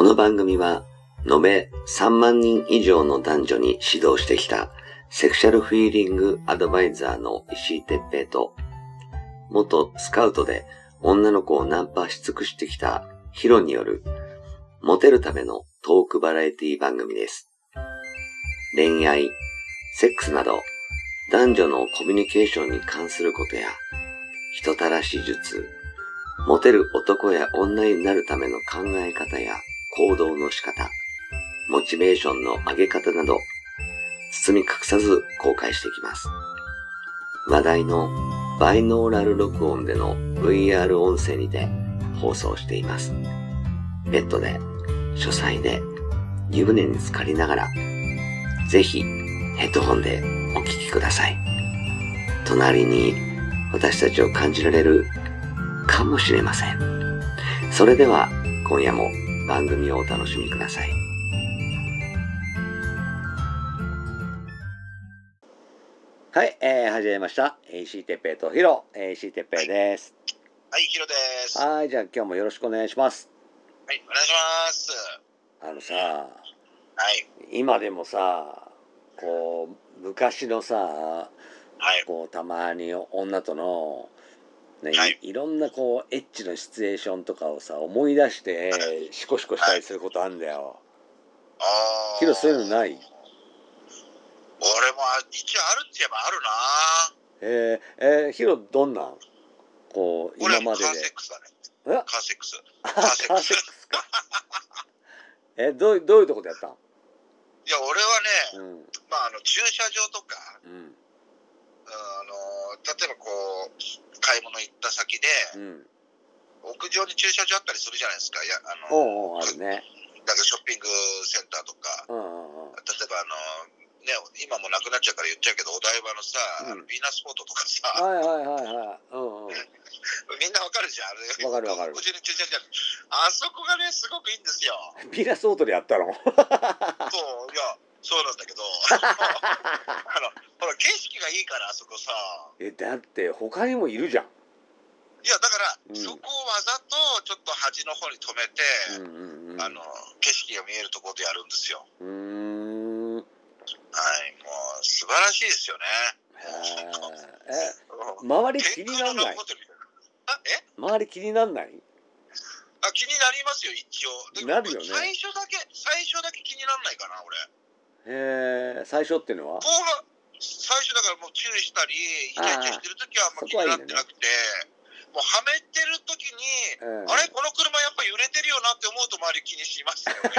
の番組は延べ3万人以上の男女に指導してきたセクシャルフィーリングアドバイザーの石井哲平と、元スカウトで女の子をナンパし尽くしてきたヒロによるモテるためのトークバラエティ番組です。恋愛、セックスなど男女のコミュニケーションに関することや人たらし術、モテる男や女になるための考え方や行動の仕方、モチベーションの上げ方など包み隠さず公開していきます。話題のバイノーラル録音での VR 音声にて放送しています。ベッドで、書斎で、湯船に浸かりながら、ぜひヘッドホンでお聞きください。隣に私たちを感じられるかもしれません。それでは今夜も番組をお楽しみください。はい、始めました。石井哲平とヒロ、石井哲平です。 はい、ヒロです。 はい、じゃあ今日もよろしくお願いします。 はい、お願いします。 さ、 はい。 今でもさ、こう昔のさ、 はい、 こうたまに女との、ね、 はい、 いろんなこうエッチなシチュエーションとかをさ思い出してシコシコしたりすることあるんだよ。ヒロそういうのない？ 俺も一応あるって言えばあるな。 ヒロどんなん？こう今までで。 俺はカーセックスだね。 え？ カーセックス。 カーセックスか。どういうとこでやったん？ いや、俺はね、駐車場とか、例えばこう、買い物行った先で、屋上に駐車場あったりするじゃないですか。 あるね。 なんかショッピングセンターとか、例えば今もなくなっちゃうから言っちゃうけど、お台場のさ、ヴィーナスポートとかさ、みんなわかるじゃん。 わかる。 うちの駐車場、あそこがね、すごくいいんですよ。 ヴィーナスオートでやったの？ そう、いや、そうなんだけど、ほら、景色がいいから、あそこさ。 だって他にもいるじゃん。 いや、だから、そこをわざとちょっと端の方に止めて、景色が見えるところでやるんですよ。はい、もう素晴らしいですよね。 周り気になんない？周り気になんない？ 気になりますよ、一応。 なるよね。 最初だけ気にならないかな、 俺。最初っていうのは？ 最初だからもう注意したり、イチャイチャしてるときはあんま気になってなくて、もうはめてるときに、あれこの車やっぱ揺れてるよなって思うと周り気にしますよね。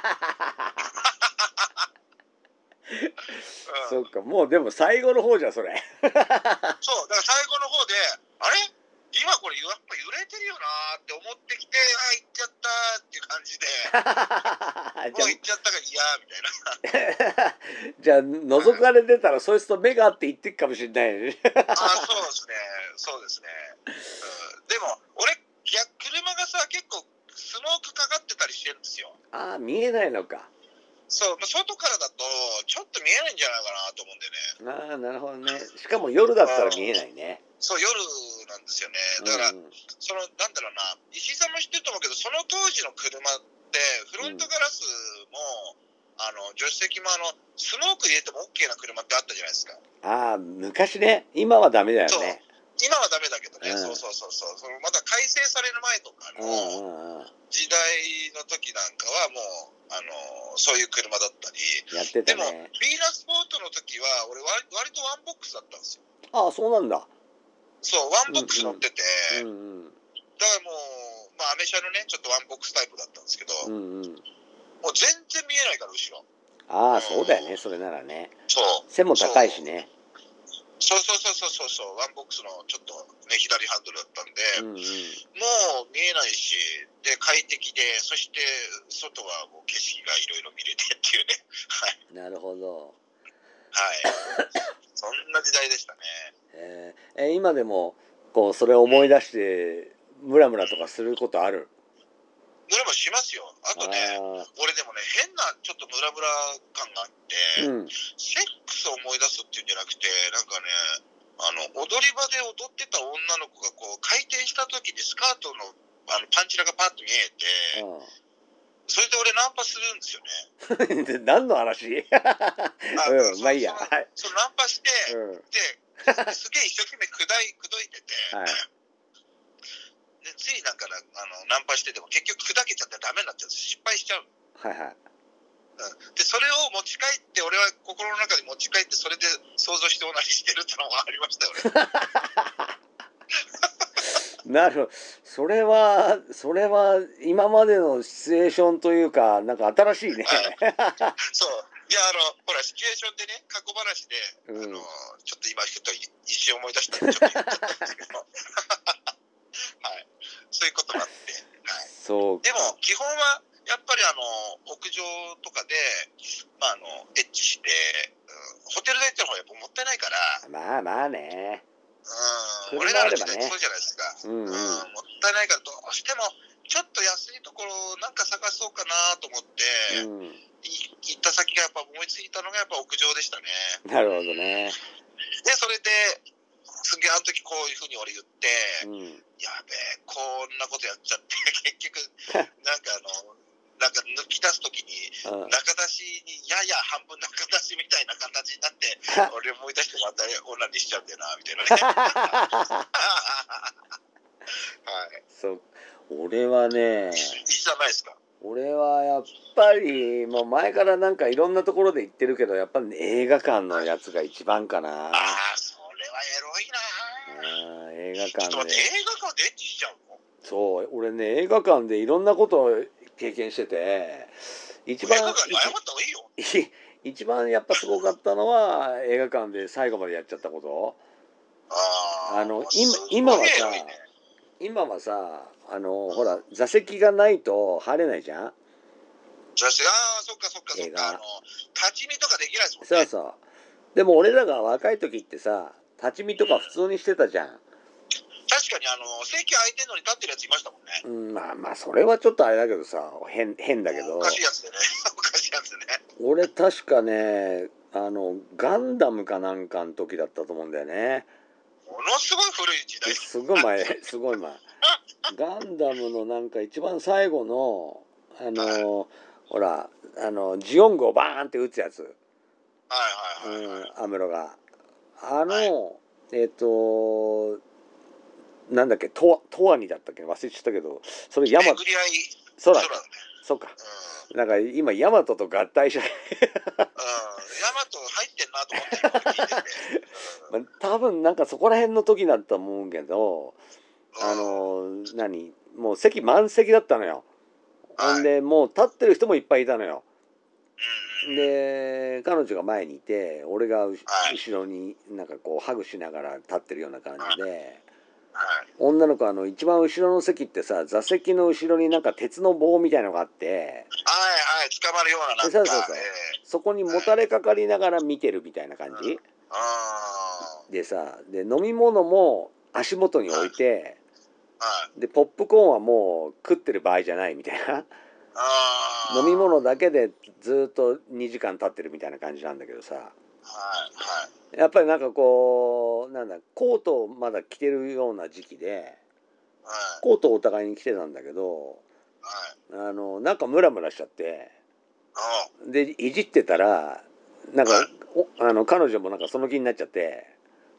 そっか、もうでも最後の方じゃそれ。 そう、だから最後の方で、あれ今これやっぱ揺れてるよなって思ってきて、行っちゃったっていう感じで、もう行っちゃったから嫌みたいな。 じゃあ覗かれてたらそいつと目が合って行ってくかもしれないね。 そうですね。でも俺車がさ結構スモークかかってたりしてるんですよ。 見えないのか。 そう、外からだとちょっと見えないんじゃないかなと思うんでね。 なるほどね。しかも夜だったら見えないね。 そう、夜なんですよね。だから、なんだろうな、石井さんも知ってると思うけど、その当時の車ってフロントガラスも、助手席もスモーク入れても OK な車ってあったじゃないですか。 昔ね。今はダメだよね。 今はダメだけどね、そう。まだ改正される前とかの時代の時なんかはもう、そういう車だったり。 やってたね。 でも、ヴィーナスポートの時は、俺割とワンボックスだったんですよ。 そうなんだ。 そう、ワンボックス乗ってて、だからもう、アメ車のね、ちょっとワンボックスタイプだったんですけど、もう全然見えないから、後ろ。 そうだよね、それならね。 そう。 背も高いしね。 そう、ワンボックスのちょっとね、左ハンドルだったんで、もう見えないし、で、快適で、そして外はもう景色がいろいろ見れてっていうね。はい。 なるほど。 はい。そんな時代でしたね。今でもこうそれを思い出してムラムラとかすることある？ ムラムラしますよ。あとね、俺でもね、変なちょっとムラムラ感があって、セックスを思い出すっていうんじゃなくて、なんかね、踊り場で踊ってた女の子がこう回転した時にスカートのパンチラがパッと見えて、 それで俺ナンパするんですよね。 何の話？うん、まあいいや。はい。 そのナンパして、ですげえ一生懸命口説いてて、はい、でついなんかナンパしてても結局砕けちゃってダメになっちゃうんです。失敗しちゃう。はいはい。でそれを持ち帰って俺は心の中に持ち帰ってそれで想像して同じしてるってのがありましたよね。 なるほど。それは今までのシチュエーションというかなんか新しいね。 そう。いやほらシチュエーションでね過去話で、ちょっと今ふと一瞬思い出したんでちょっと言っちゃったんですけど、はい、そういうこともあって、はい、そうでも基本はやっぱり屋上とかで、エッチして、ホテルで行った方がやっぱもったいないから。まあまあね。俺らの時代そうじゃないですか。もったいないからどうしてもちょっと安いところなんか探そうかなと思って、行った先がやっぱ思いついたのがやっぱ屋上でしたね。なるほどね。でそれですげえあの時こういうふうに俺言って、やべえこんなことやっちゃって結局なんか抜き出すときに中出しにやや半分中出しみたいな形になって俺思い出してまたオナニーしちゃうんだよなみたいなね。はい。そう俺はね一緒じゃないですか。俺はやっぱりもう前からなんかいろんなところで言ってるけどやっぱり、ね、映画館のやつが一番かな。ああそれはエロいな。映画館でちょっと待って映画館でエッチしちゃうの？そう俺ね映画館でいろんなことを経験してて一番一番やっぱすごかったのは映画館で最後までやっちゃったこと。今はさほら座席がないと入れないじゃん。そっか映画立ち見とかできないですもんね。そうそうでも俺らが若い時ってさ立ち見とか普通にしてたじゃん。確かに席空いてるのに立ってるやついましたもんね。まあそれはちょっとあれだけどさ変だけどおかしいやつでね。おかしいやつでね。俺確かねガンダムかなんかの時だったと思うんだよね。ものすごい古い時代。すごい前ガンダムのなんか一番最後のほらジオングをバーンって撃つやつ。アムロがなんだっけトワニだったっけ忘れちゃったけどそれヤマトそうだね。そうか、なんか今ヤマトと合体しヤマト入ってんなと思って聞いてて、多分なんかそこら辺の時だったと思うけどもう席満席だったのよ。ほんでもう立ってる人もいっぱいいたのよ。で彼女が前にいて俺が後ろになんかこうハグしながら立ってるような感じで、女の子一番後ろの席ってさ座席の後ろになんか鉄の棒みたいのがあって捕まるようななんかそこにもたれかかりながら見てるみたいな感じ、でさで飲み物も足元に置いて、でポップコーンはもう食ってる場合じゃないみたいな。飲み物だけでずっと2時間経ってるみたいな感じなんだけどさ、やっぱりなんかこうコートをまだ着てるような時期で、コートをお互いに着てたんだけど、なんかムラムラしちゃってでいじってたらなんか彼女もなんかその気になっちゃって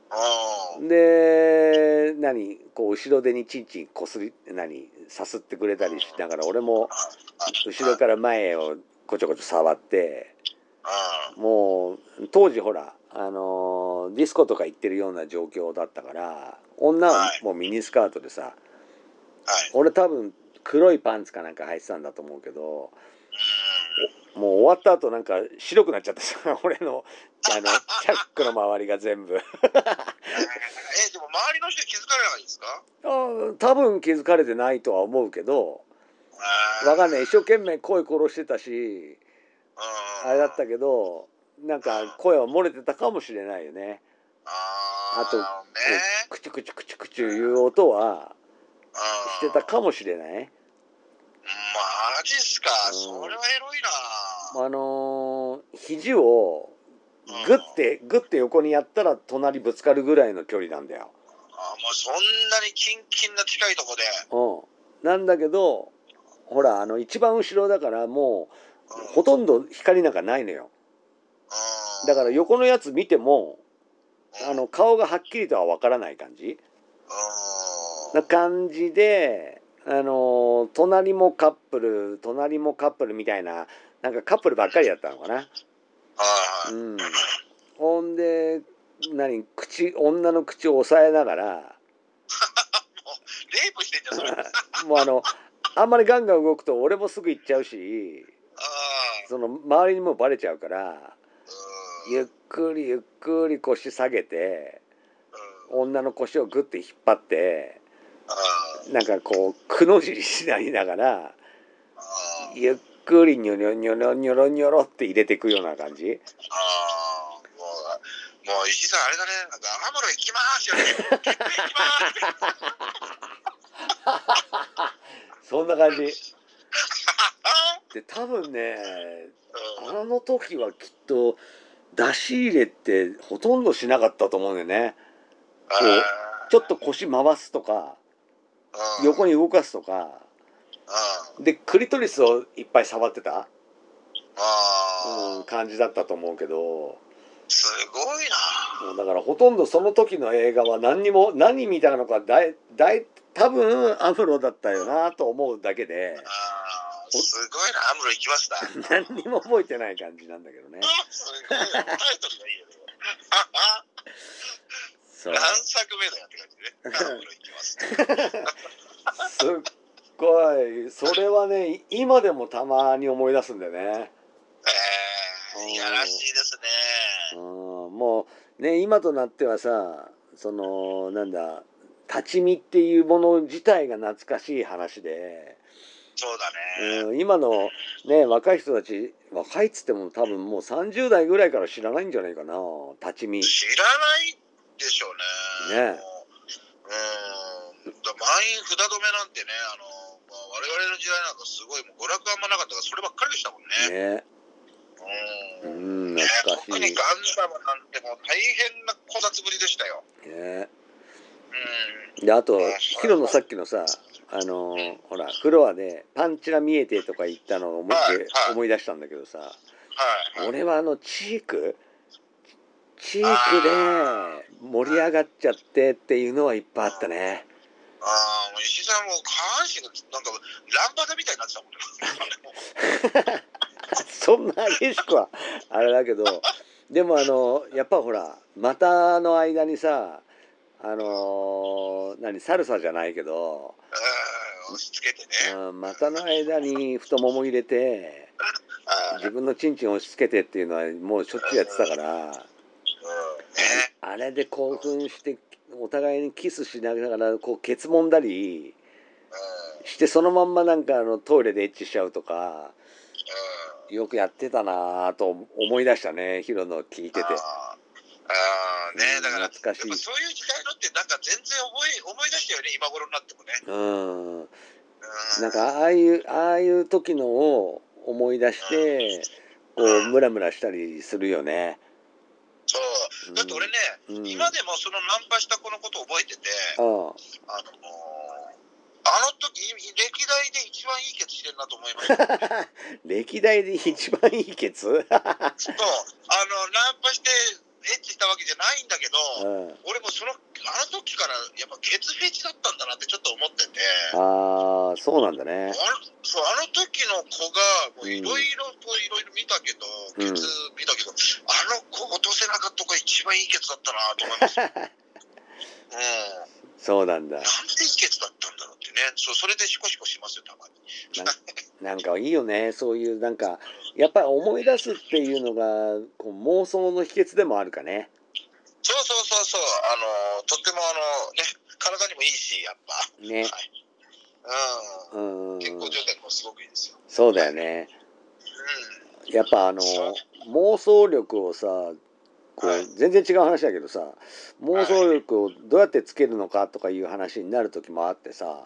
でこう後ろ手にチンチンこすりさすってくれたりしながら俺も後ろから前をこちょこちょ触ってもう当時ほらディスコとか行ってるような状況だったから女はもうミニスカートでさ、俺多分黒いパンツかなんか履いてたんだと思うけどもう終わった後なんか白くなっちゃってさ俺のチャックの周りが全部でも周りの人気づかれないんですか？多分気づかれてないとは思うけどわかんない一生懸命声殺してたしあれだったけどなんか声は漏れてたかもしれないよね。あとクチュクチュクチュクチュいう音はしてたかもしれない。マジっすか、それはエロいな。肘をグッて横にやったら隣ぶつかるぐらいの距離なんだよ。もうそんなにキンキンな近いとこで。なんだけどほら一番後ろだからもうほとんど光なんかないのよ。だから横のやつ見ても顔がはっきりとは分からない感じな感じで、隣もカップル隣もカップルみたいな、なんかカップルばっかりだったのかな。うん。ほんで女の口を押さえながらレイプしてんじゃんそれ。 もうあんまりガンガン動くと俺もすぐ行っちゃうし、その周りにもバレちゃうから、ゆっくりゆっくり腰下げて、女の腰をグッて引っ張って、なんかこうくの字にしなりながら、ゆっくりニョニョニョニョニョロニョロって入れていくような感じ。 もう石井さんあれだね、なんかアムロ行きますよね。行きますそんな感じ。で多分ね、あの時はきっと出し入れってほとんどしなかったと思うんだよね。こうちょっと腰回すとか、横に動かすとか、でクリトリスをいっぱい触ってた、感じだったと思うけど。 すごいな。 だからほとんどその時の映画は何見たのか多分アムロだったよなと思うだけで。 すごいな、アムロ行きますな。何にも覚えてない感じなんだけどね。 すごい、タイトルがいいよね。そう。何作目だよって感じね。アムロ行きます。 すっごい、それはね、今でもたまに思い出すんだよね。 いやらしいですね。 もうね、今となってはさ、なんだ、立ち見っていうもの自体が懐かしい話で。 そうだね。 今のね、若い人たち、若いっつっても多分もう30代ぐらいから知らないんじゃないかな、立ち見。 知らないでしょうね。 ね。 満員札止めなんてね、我々の時代なんかすごいもう娯楽あんまなかったからそればっかりでしたもんね。 ね。懐かしい。 特にガンダムなんてもう大変なこたつぶりでしたよ。 ね。であとヒロのさっきのさ、ほらフロアでパンチが見えてとか言ったのを思い出したんだけどさ、俺はチークで盛り上がっちゃってっていうのはいっぱいあったね。 もう石井さんも下半身がなんかランバダみたいになってたもんね。 そんな激しくはあれだけど、でもやっぱほら股の間にさ、サルサじゃないけど、 押し付けてね、 股の間に太もも入れて自分のチンチン押し付けてっていうのはもうしょっちゅうやってたから、あれで興奮してお互いにキスしながらこうケツ揉んだりしてそのまんまなんかトイレでエッチしちゃうとかよくやってたなと思い出したね、ヒロの聞いてて。 だから懐かしい。そういう時代のってなんか全然思い出したよね、今頃になってもね。 なんかああいう時のを思い出してこうムラムラしたりするよね。 そう。だって俺ね、今でもそのナンパした子のことを覚えてて、時歴代で一番いいケツしてるなと思いました、ね。 歴代で一番いいケツ？そう。 ナンパしてエッチしたわけじゃないんだけど、俺もあの時からやっぱケツフェチだったんだなってちょっと思ってて。 ああ、そうなんだね。 そう、あの時の子がいろいろ見たけど、ケツ見たけど、あの子落とせなかった子が一番いいケツだったなと思います。 そうなんだ。 なんでいいケツだったんだろうってね。それでシコシコしますよ、たまに。 なんかいいよね、そういうなんかやっぱり思い出すっていうのがこう妄想の秘訣でもあるかね。 そう。とってもね、体にもいいし、やっぱ。 ね。 健康状態もすごくいいですよ。 そうだよね。やっぱ妄想力をさ、こう全然違う話だけどさ、妄想力をどうやってつけるのかとかいう話になる時もあってさ、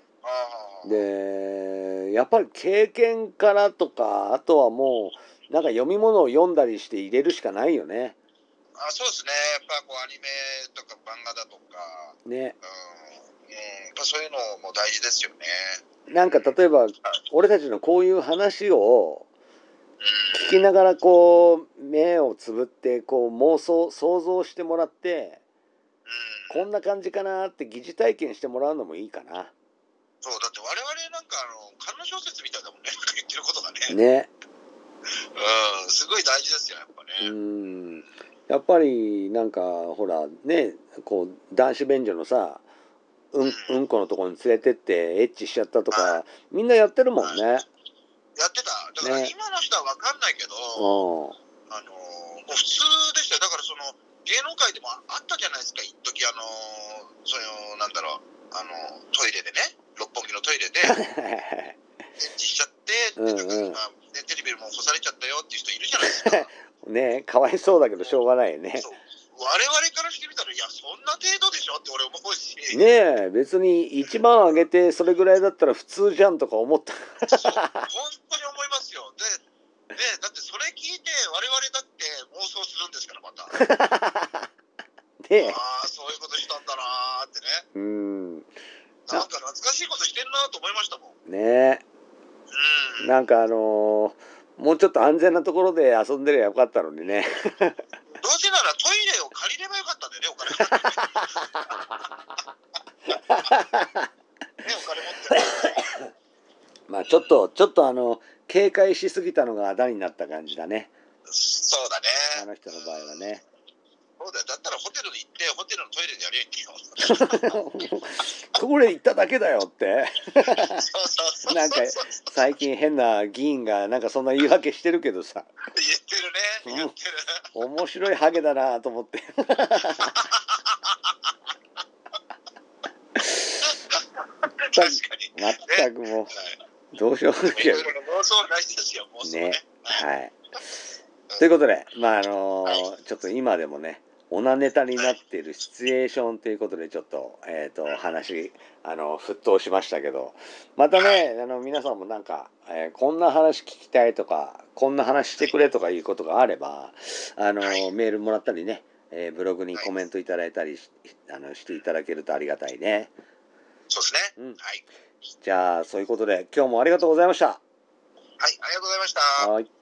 でやっぱり経験からとか、あとはもうなんか読み物を読んだりして入れるしかないよね。 そうですね。やっぱこうアニメとか漫画だとかね、 やっぱそういうのも大事ですよね。 なんか例えば俺たちのこういう話を聞きうん。 ながらこう目をつぶってこう想像してもらってこんな感じかなって疑似体験してもらうのもいいかな。 そう、だって我々なんか観音小説みたいだもんね、なんか言ってることがね。 ね。 すごい大事ですよ、やっぱね。 やっぱりなんかほらねこう男子便所のさうんこのところに連れてってエッチしちゃったとかみんなやってるもんね。 やってた。だから今の人は分かんないけど、もう普通でしたよ。だからその芸能界でもあったじゃないですか、一時そういうなんだろうトイレでね、六本木のトイレでエッチしちゃってで、なんか今、ね、テレビも干されちゃったよっていう人いるじゃないですか。 ね、かわいそうだけどしょうがないよね。 そう、我々からしてみたら、いやそんな程度でしょって俺思うし。 ねえ、別に1万あげてそれぐらいだったら普通じゃんとか思った。 そう、本当に思いますよ。で、だってそれ聞いて我々だって妄想するんですから、また。 ねああ、そういうことしたんだなーってね。なんか懐かしいことしてんなと思いましたもん。 ねえ。なんかもうちょっと安全なところで遊んでりゃよかったのにね。 どうせならトイレを借りればよかったんだよね、お金払って。ね、お金持ってる。 まあちょっと警戒しすぎたのがあだになった感じだね。 そうだね。 あの人の場合はね。 そうだよ。だったらホテルに行ってホテルのトイレでやりゃいいんだよ。 トイレ行っただけだよって。 そうなんか最近変な議員がなんかそんな言い訳してるけどさ。 言ってるね。言ってる。 面白いハゲだなと思って。 確かに。 全くもうどうしようもない。 いろいろ妄想大事ですよ。妄想ね。 はい。ということで、まあちょっと今でもね、オナネタになっているシチュエーションということでちょっと話沸騰しましたけど、またね皆さんもなんか、こんな話聞きたいとかこんな話してくれとかいうことがあればメールもらったりね、ブログにコメントいただいたりしていただけるとありがたいね。 そうですね。はい。 じゃあそういうことで今日もありがとうございました。 はい、ありがとうございました。 はい。